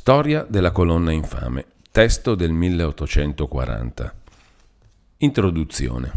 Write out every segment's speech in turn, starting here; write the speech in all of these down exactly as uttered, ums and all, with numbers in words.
Storia della colonna infame, testo del milleottocentoquaranta. Introduzione.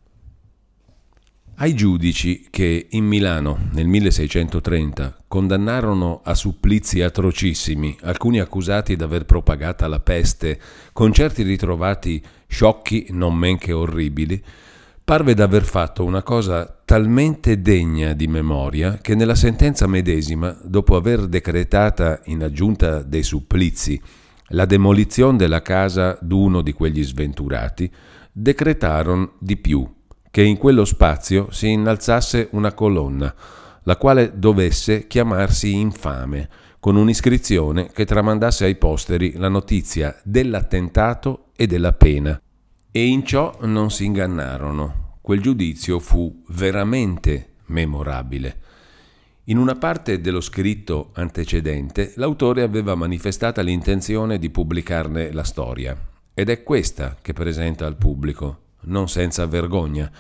Ai giudici che in Milano nel milleseicentotrenta condannarono a supplizi atrocissimi alcuni accusati d'aver propagata la peste con certi ritrovati sciocchi non men che orribili, parve d'aver fatto una cosa talmente degna di memoria che nella sentenza medesima, dopo aver decretata in aggiunta dei supplizi la demolizione della casa d'uno di quegli sventurati, decretaron di più che in quello spazio si innalzasse una colonna, la quale dovesse chiamarsi infame, con un'iscrizione che tramandasse ai posteri la notizia dell'attentato e della pena. E in ciò non si ingannarono. Quel giudizio fu veramente memorabile. In una parte dello scritto antecedente, l'autore aveva manifestata l'intenzione di pubblicarne la storia, ed è questa che presenta al pubblico, non senza vergogna,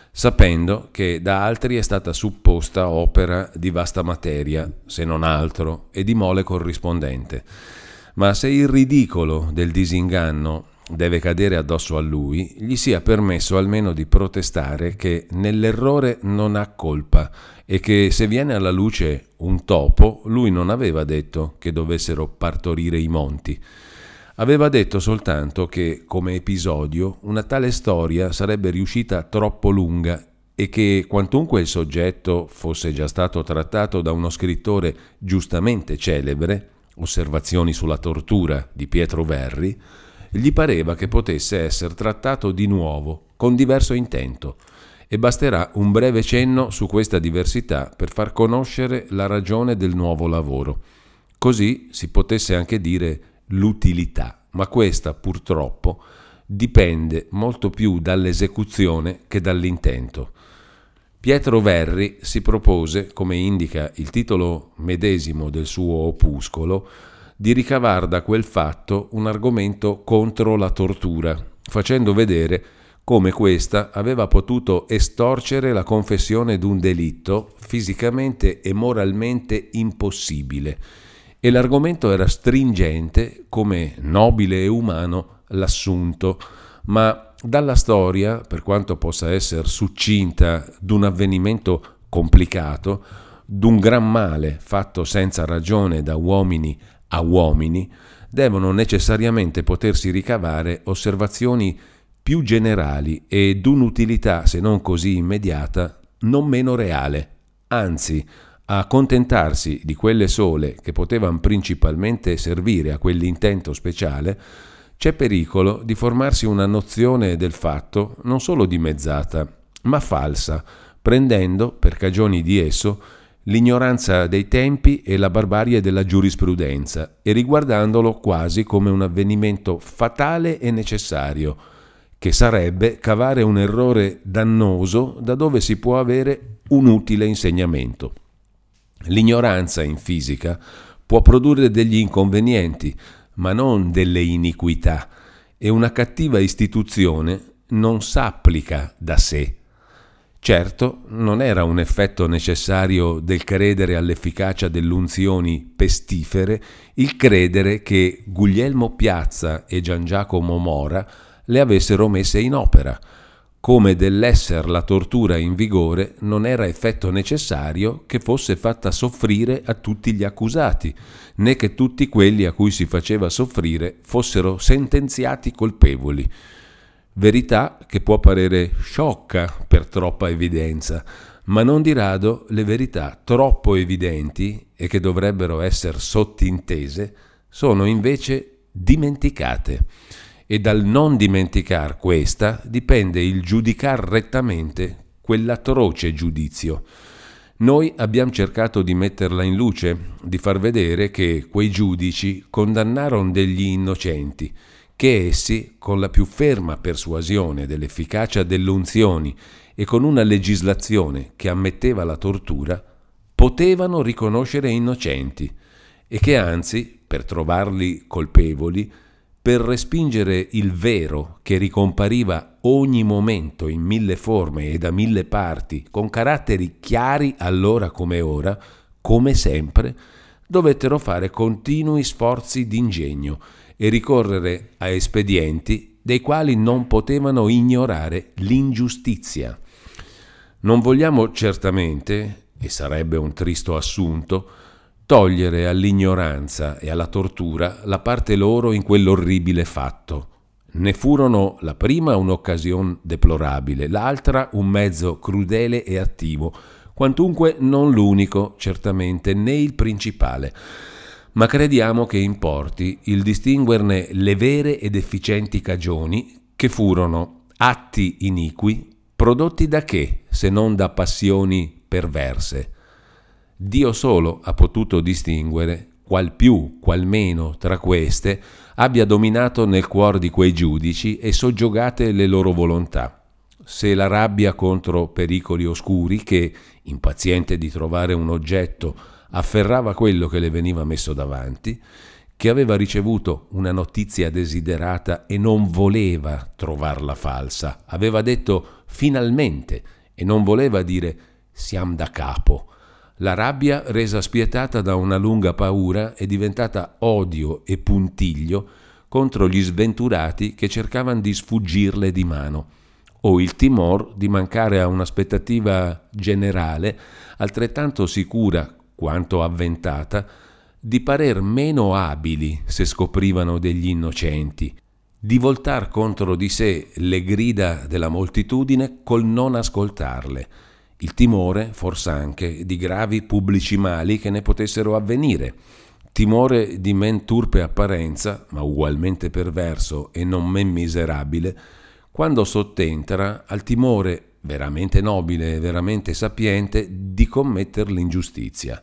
sapendo che da altri è stata supposta opera di vasta materia, se non altro, e di mole corrispondente. Ma se il ridicolo del disinganno deve cadere addosso a lui, gli sia permesso almeno di protestare che nell'errore non ha colpa e che se viene alla luce un topo, lui non aveva detto che dovessero partorire i monti. Aveva detto soltanto che, come episodio, una tale storia sarebbe riuscita troppo lunga e che, quantunque il soggetto fosse già stato trattato da uno scrittore giustamente celebre, Osservazioni sulla tortura di Pietro Verri, gli pareva che potesse essere trattato di nuovo, con diverso intento, e basterà un breve cenno su questa diversità per far conoscere la ragione del nuovo lavoro. Così si potesse anche dire l'utilità, ma questa purtroppo dipende molto più dall'esecuzione che dall'intento. Pietro Verri si propose, come indica il titolo medesimo del suo opuscolo, di ricavar da quel fatto un argomento contro la tortura, facendo vedere come questa aveva potuto estorcere la confessione d'un delitto fisicamente e moralmente impossibile. E l'argomento era stringente come nobile e umano l'assunto, ma dalla storia, per quanto possa essere succinta d'un avvenimento complicato, d'un gran male fatto senza ragione da uomini a uomini, devono necessariamente potersi ricavare osservazioni più generali e d'un'utilità, se non così immediata, non meno reale, anzi, a contentarsi di quelle sole che potevano principalmente servire a quell'intento speciale, c'è pericolo di formarsi una nozione del fatto non solo dimezzata, ma falsa, prendendo, per cagioni di esso, l'ignoranza dei tempi e la barbarie della giurisprudenza e riguardandolo quasi come un avvenimento fatale e necessario, che sarebbe cavare un errore dannoso da dove si può avere un utile insegnamento. L'ignoranza in fisica può produrre degli inconvenienti, ma non delle iniquità, e una cattiva istituzione non s'applica da sé. Certo, non era un effetto necessario del credere all'efficacia delle unzioni pestifere il credere che Guglielmo Piazza e Gian Giacomo Mora le avessero messe in opera, come dell'esser la tortura in vigore non era effetto necessario che fosse fatta soffrire a tutti gli accusati, né che tutti quelli a cui si faceva soffrire fossero sentenziati colpevoli. Verità che può parere sciocca per troppa evidenza, ma non di rado le verità troppo evidenti e che dovrebbero essere sottintese sono invece dimenticate. E dal non dimenticar questa dipende il giudicar rettamente quell'atroce giudizio. Noi abbiamo cercato di metterla in luce, di far vedere che quei giudici condannarono degli innocenti, che essi, con la più ferma persuasione dell'efficacia delle unzioni e con una legislazione che ammetteva la tortura, potevano riconoscere innocenti e che anzi, per trovarli colpevoli, per respingere il vero che ricompariva ogni momento in mille forme e da mille parti, con caratteri chiari allora come ora, come sempre, dovettero fare continui sforzi d'ingegno e ricorrere a espedienti dei quali non potevano ignorare l'ingiustizia. Non vogliamo certamente, e sarebbe un tristo assunto, togliere all'ignoranza e alla tortura la parte loro in quell'orribile fatto. Ne furono la prima un'occasione deplorabile, l'altra un mezzo crudele e attivo, quantunque non l'unico, certamente, né il principale. Ma crediamo che importi il distinguerne le vere ed efficienti cagioni, che furono atti iniqui, prodotti da che, se non da passioni perverse. Dio solo ha potuto distinguere qual più, qual meno tra queste abbia dominato nel cuor di quei giudici e soggiogate le loro volontà. Se la rabbia contro pericoli oscuri che, impaziente di trovare un oggetto, afferrava quello che le veniva messo davanti, che aveva ricevuto una notizia desiderata e non voleva trovarla falsa, aveva detto finalmente e non voleva dire siam da capo. La rabbia, resa spietata da una lunga paura, è diventata odio e puntiglio contro gli sventurati che cercavano di sfuggirle di mano, o il timor di mancare a un'aspettativa generale altrettanto sicura quanto avventata di parer meno abili se scoprivano degli innocenti, di voltar contro di sé le grida della moltitudine col non ascoltarle, il timore, fors'anche, di gravi pubblici mali che ne potessero avvenire, timore di men turpe apparenza, ma ugualmente perverso e non men miserabile, quando sottentra al timore veramente nobile e veramente sapiente di commetter l'ingiustizia.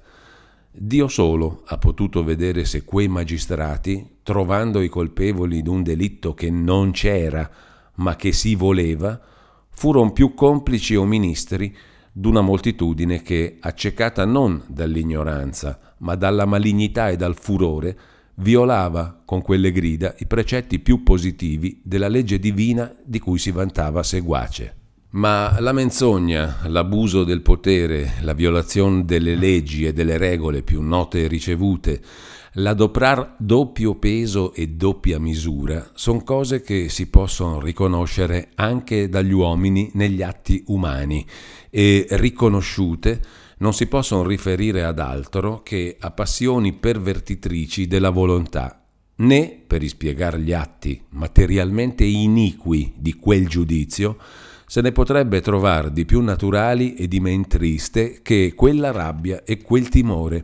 Dio solo ha potuto vedere se quei magistrati, trovando i colpevoli d'un delitto che non c'era, ma che si voleva, furono più complici o ministri d'una moltitudine che, accecata non dall'ignoranza, ma dalla malignità e dal furore, violava con quelle grida i precetti più positivi della legge divina di cui si vantava seguace. Ma la menzogna, l'abuso del potere, la violazione delle leggi e delle regole più note e ricevute, l'adoprar doppio peso e doppia misura, son cose che si possono riconoscere anche dagli uomini negli atti umani e, riconosciute, non si possono riferire ad altro che a passioni pervertitrici della volontà, né, per ispiegar gli atti materialmente iniqui di quel giudizio, se ne potrebbe trovare di più naturali e di men triste che quella rabbia e quel timore.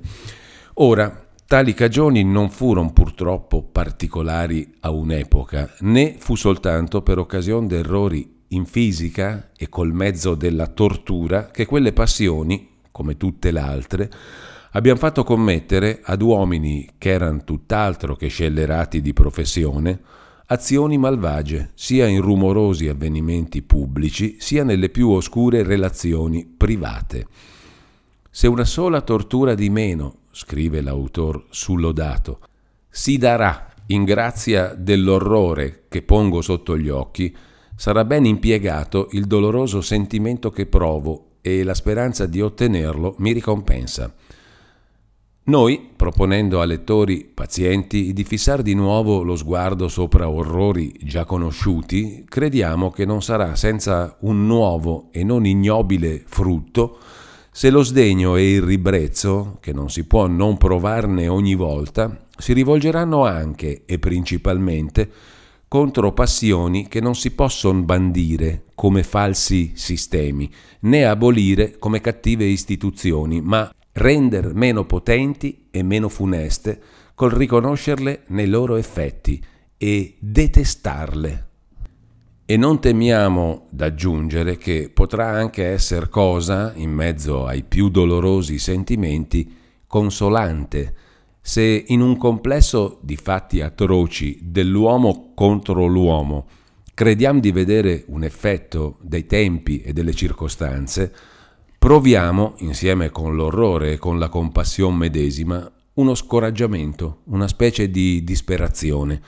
Ora, tali cagioni non furono purtroppo particolari a un'epoca, né fu soltanto per occasione d'errori in fisica e col mezzo della tortura che quelle passioni, come tutte le altre, abbiamo fatto commettere ad uomini che erano tutt'altro che scellerati di professione, azioni malvagie, sia in rumorosi avvenimenti pubblici, sia nelle più oscure relazioni private. Se una sola tortura di meno, scrive l'autor sullodato, si darà in grazia dell'orrore che pongo sotto gli occhi, sarà ben impiegato il doloroso sentimento che provo e la speranza di ottenerlo mi ricompensa. Noi, proponendo a lettori pazienti di fissar di nuovo lo sguardo sopra orrori già conosciuti, crediamo che non sarà senza un nuovo e non ignobile frutto se lo sdegno e il ribrezzo, che non si può non provarne ogni volta, si rivolgeranno anche e principalmente contro passioni che non si possono bandire come falsi sistemi, né abolire come cattive istituzioni, ma render meno potenti e meno funeste col riconoscerle nei loro effetti e detestarle. E non temiamo d'aggiungere che potrà anche esser cosa, in mezzo ai più dolorosi sentimenti, consolante, se in un complesso di fatti atroci dell'uomo contro l'uomo crediamo di vedere un effetto dei tempi e delle circostanze, proviamo, insieme con l'orrore e con la compassione medesima, uno scoraggiamento, una specie di disperazione.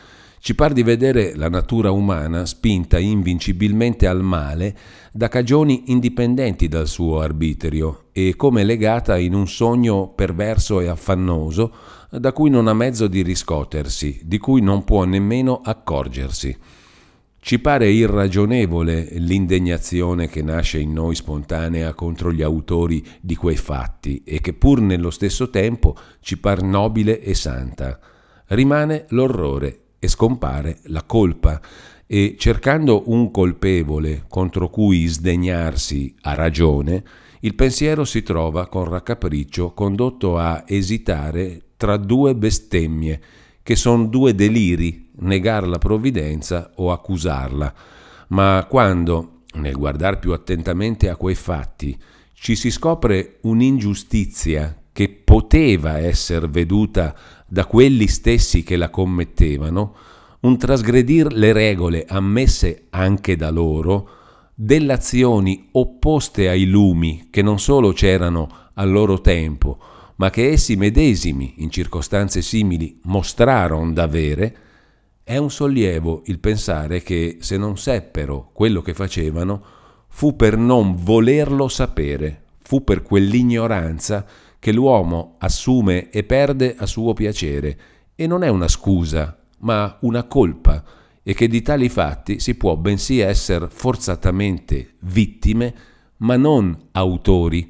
Ci par di vedere la natura umana spinta invincibilmente al male da cagioni indipendenti dal suo arbitrio e come legata in un sogno perverso e affannoso da cui non ha mezzo di riscotersi, di cui non può nemmeno accorgersi. Ci pare irragionevole l'indegnazione che nasce in noi spontanea contro gli autori di quei fatti e che pur nello stesso tempo ci par nobile e santa. Rimane l'orrore e scompare la colpa e, cercando un colpevole contro cui sdegnarsi a ragione, il pensiero si trova con raccapriccio condotto a esitare tra due bestemmie, che son due deliri, negar la provvidenza o accusarla. Ma quando, nel guardar più attentamente a quei fatti, ci si scopre un'ingiustizia che poteva esser veduta da quelli stessi che la commettevano, un trasgredir le regole ammesse anche da loro, delle azioni opposte ai lumi che non solo c'erano al loro tempo, ma che essi medesimi, in circostanze simili, mostraron d'avere, è un sollievo il pensare che, se non seppero quello che facevano, fu per non volerlo sapere, fu per quell'ignoranza che l'uomo assume e perde a suo piacere, e non è una scusa, ma una colpa, e che di tali fatti si può bensì esser forzatamente vittime, ma non autori.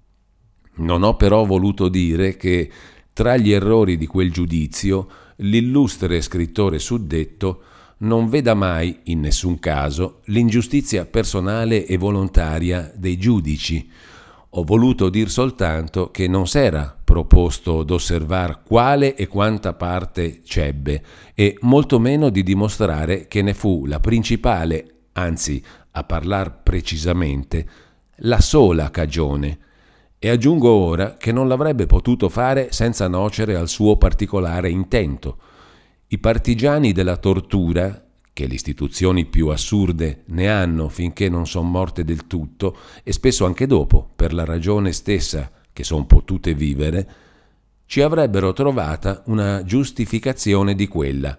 Non ho però voluto dire che tra gli errori di quel giudizio l'illustre scrittore suddetto non veda mai, in nessun caso, l'ingiustizia personale e volontaria dei giudici. Ho voluto dir soltanto che non s'era proposto d'osservar quale e quanta parte c'ebbe, e molto meno di dimostrare che ne fu la principale, anzi, a parlar precisamente, la sola cagione. E aggiungo ora che non l'avrebbe potuto fare senza nocere al suo particolare intento. I partigiani della tortura, che le istituzioni più assurde ne hanno finché non son morte del tutto, e spesso anche dopo, per la ragione stessa che son potute vivere, ci avrebbero trovata una giustificazione di quella.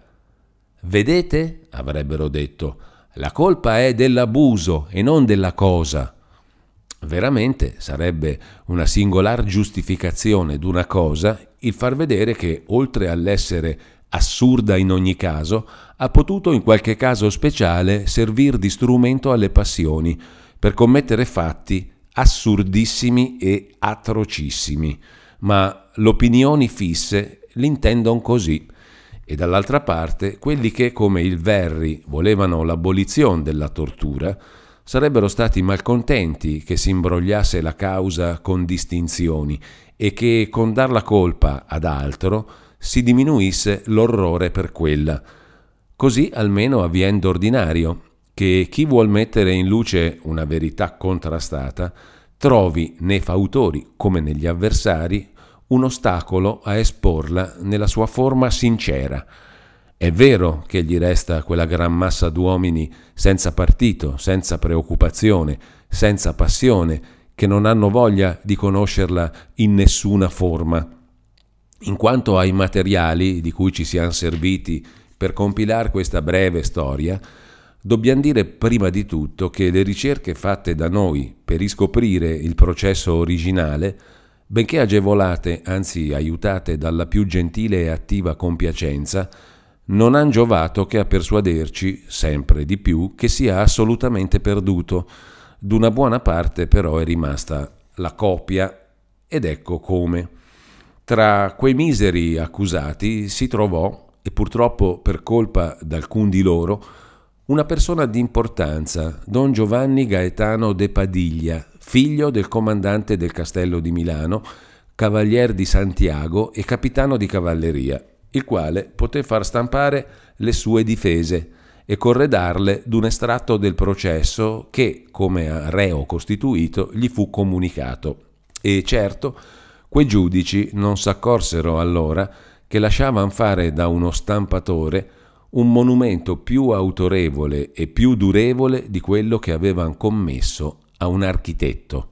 Vedete, avrebbero detto, la colpa è dell'abuso e non della cosa. Veramente sarebbe una singolar giustificazione d'una cosa il far vedere che, oltre all'essere assurda in ogni caso, ha potuto in qualche caso speciale servir di strumento alle passioni per commettere fatti assurdissimi e atrocissimi, ma l'opinioni fisse l'intendon così, e dall'altra parte quelli che, come il Verri, volevano l'abolizione della tortura, sarebbero stati malcontenti che si imbrogliasse la causa con distinzioni e che, con dar la colpa ad altro, si diminuisse l'orrore per quella. Così almeno avvien d'ordinario, che chi vuol mettere in luce una verità contrastata trovi nei fautori come negli avversari un ostacolo a esporla nella sua forma sincera. È vero che gli resta quella gran massa d'uomini senza partito, senza preoccupazione, senza passione, che non hanno voglia di conoscerla in nessuna forma. In quanto ai materiali di cui ci siamo serviti per compilare questa breve storia, dobbiamo dire prima di tutto che le ricerche fatte da noi per riscoprire il processo originale, benché agevolate, anzi aiutate dalla più gentile e attiva compiacenza, non han giovato che a persuaderci, sempre di più, che sia assolutamente perduto. D'una buona parte però è rimasta la copia, ed ecco come. Tra quei miseri accusati si trovò, e purtroppo per colpa d'alcun di loro, una persona di importanza, don Giovanni Gaetano de Padiglia, figlio del comandante del castello di Milano, cavalier di Santiago e capitano di cavalleria, il quale poté far stampare le sue difese e corredarle d'un estratto del processo che, come reo costituito, gli fu comunicato. E certo, quei giudici non s'accorsero allora che lasciavan fare da uno stampatore un monumento più autorevole e più durevole di quello che avevan commesso a un architetto.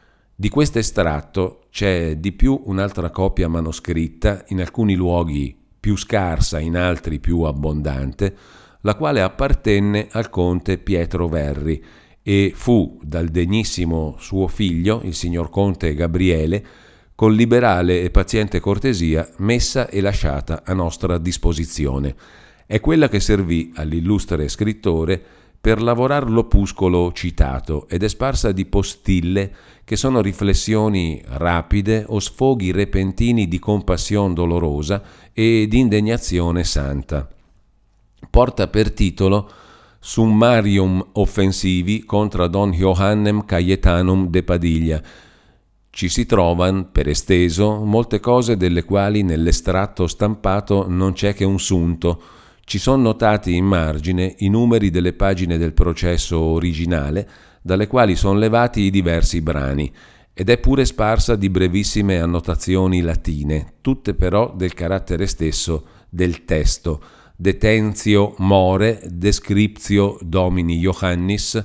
Di questo estratto c'è di più un'altra copia manoscritta in alcuni luoghi più scarsa, in altri più abbondante, la quale appartenne al conte Pietro Verri e fu dal degnissimo suo figlio, il signor conte Gabriele, con liberale e paziente cortesia messa e lasciata a nostra disposizione. È quella che servì all'illustre scrittore per lavorar l'opuscolo citato ed è sparsa di postille che sono riflessioni rapide o sfoghi repentini di compassione dolorosa e di indegnazione santa. Porta per titolo Summarium offensivi contra Don Johannem Cajetanum de Padilla. Ci si trovan, per esteso, molte cose delle quali nell'estratto stampato non c'è che un sunto. Ci sono notati in margine i numeri delle pagine del processo originale, dalle quali sono levati i diversi brani, ed è pure sparsa di brevissime annotazioni latine, tutte però del carattere stesso del testo. Detentio more, descriptio domini Johannis,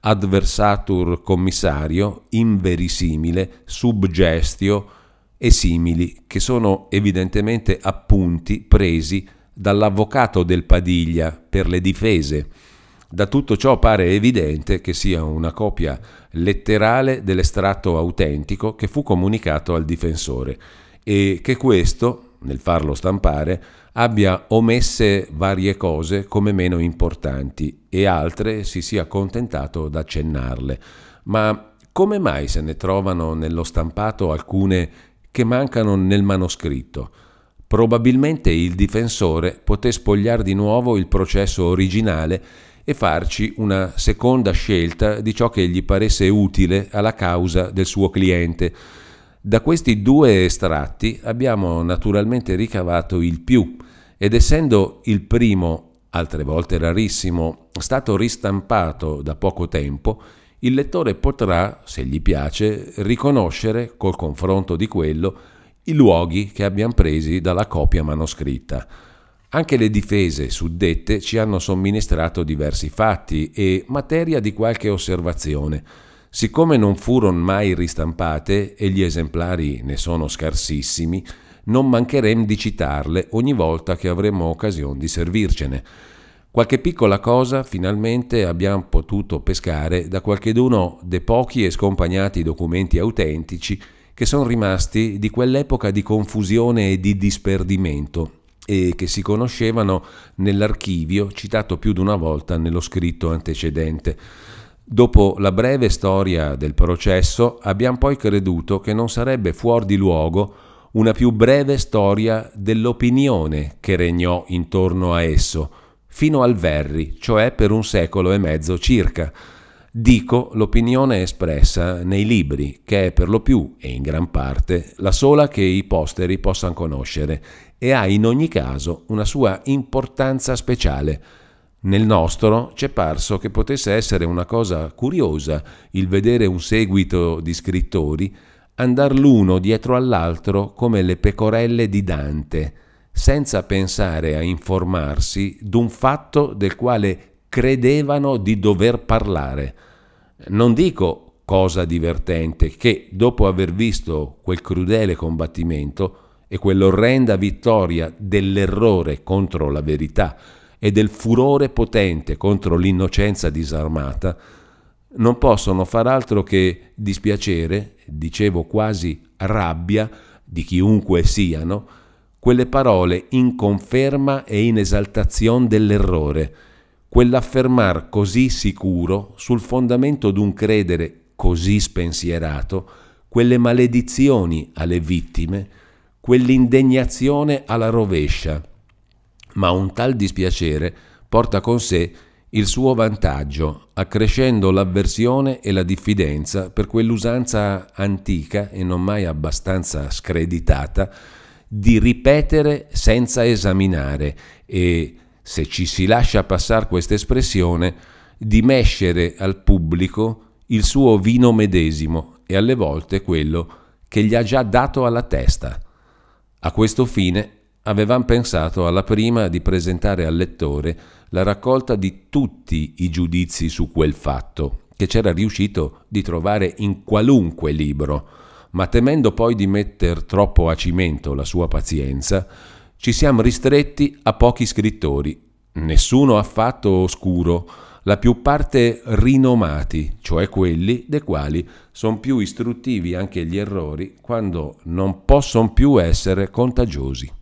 adversatur commissario, inverissimile, subgestio e simili, che sono evidentemente appunti presi dall'avvocato del Padilla per le difese. Da tutto ciò pare evidente che sia una copia letterale dell'estratto autentico che fu comunicato al difensore e che questo, nel farlo stampare, abbia omesse varie cose come meno importanti e altre si sia accontentato d'accennarle. Ma come mai se ne trovano nello stampato alcune che mancano nel manoscritto? Probabilmente il difensore poté spogliar di nuovo il processo originale e farci una seconda scelta di ciò che gli paresse utile alla causa del suo cliente. Da questi due estratti abbiamo naturalmente ricavato il più, ed essendo il primo, altre volte rarissimo, stato ristampato da poco tempo, il lettore potrà, se gli piace, riconoscere, col confronto di quello, i luoghi che abbiamo presi dalla copia manoscritta. Anche le difese suddette ci hanno somministrato diversi fatti e materia di qualche osservazione. Siccome non furono mai ristampate e gli esemplari ne sono scarsissimi, non mancheremo di citarle ogni volta che avremo occasione di servircene. Qualche piccola cosa finalmente abbiamo potuto pescare da qualcheduno dei pochi e scompagnati documenti autentici che sono rimasti di quell'epoca di confusione e di disperdimento e che si conoscevano nell'archivio citato più di una volta nello scritto antecedente. Dopo la breve storia del processo abbiamo poi creduto che non sarebbe fuor di luogo una più breve storia dell'opinione che regnò intorno a esso, fino al Verri, cioè per un secolo e mezzo circa. Dico l'opinione espressa nei libri, che è per lo più, e in gran parte, la sola che i posteri possano conoscere, e ha in ogni caso una sua importanza speciale. Nel nostro c'è parso che potesse essere una cosa curiosa il vedere un seguito di scrittori andar l'uno dietro all'altro come le pecorelle di Dante, senza pensare a informarsi d'un fatto del quale credevano di dover parlare. Non dico cosa divertente che, dopo aver visto quel crudele combattimento e quell'orrenda vittoria dell'errore contro la verità e del furore potente contro l'innocenza disarmata, non possono far altro che dispiacere, dicevo quasi rabbia, di chiunque siano, quelle parole in conferma e in esaltazione dell'errore, quell'affermar così sicuro sul fondamento d'un credere così spensierato, quelle maledizioni alle vittime, quell'indegnazione alla rovescia. Ma un tal dispiacere porta con sé il suo vantaggio, accrescendo l'avversione e la diffidenza per quell'usanza antica e non mai abbastanza screditata di ripetere senza esaminare e, se ci si lascia passare questa espressione, di mescere al pubblico il suo vino medesimo e alle volte quello che gli ha già dato alla testa. A questo fine avevamo pensato alla prima di presentare al lettore la raccolta di tutti i giudizi su quel fatto, che c'era riuscito di trovare in qualunque libro, ma temendo poi di metter troppo a cimento la sua pazienza, ci siamo ristretti a pochi scrittori, nessuno affatto oscuro, la più parte rinomati, cioè quelli dei quali sono più istruttivi anche gli errori quando non possono più essere contagiosi.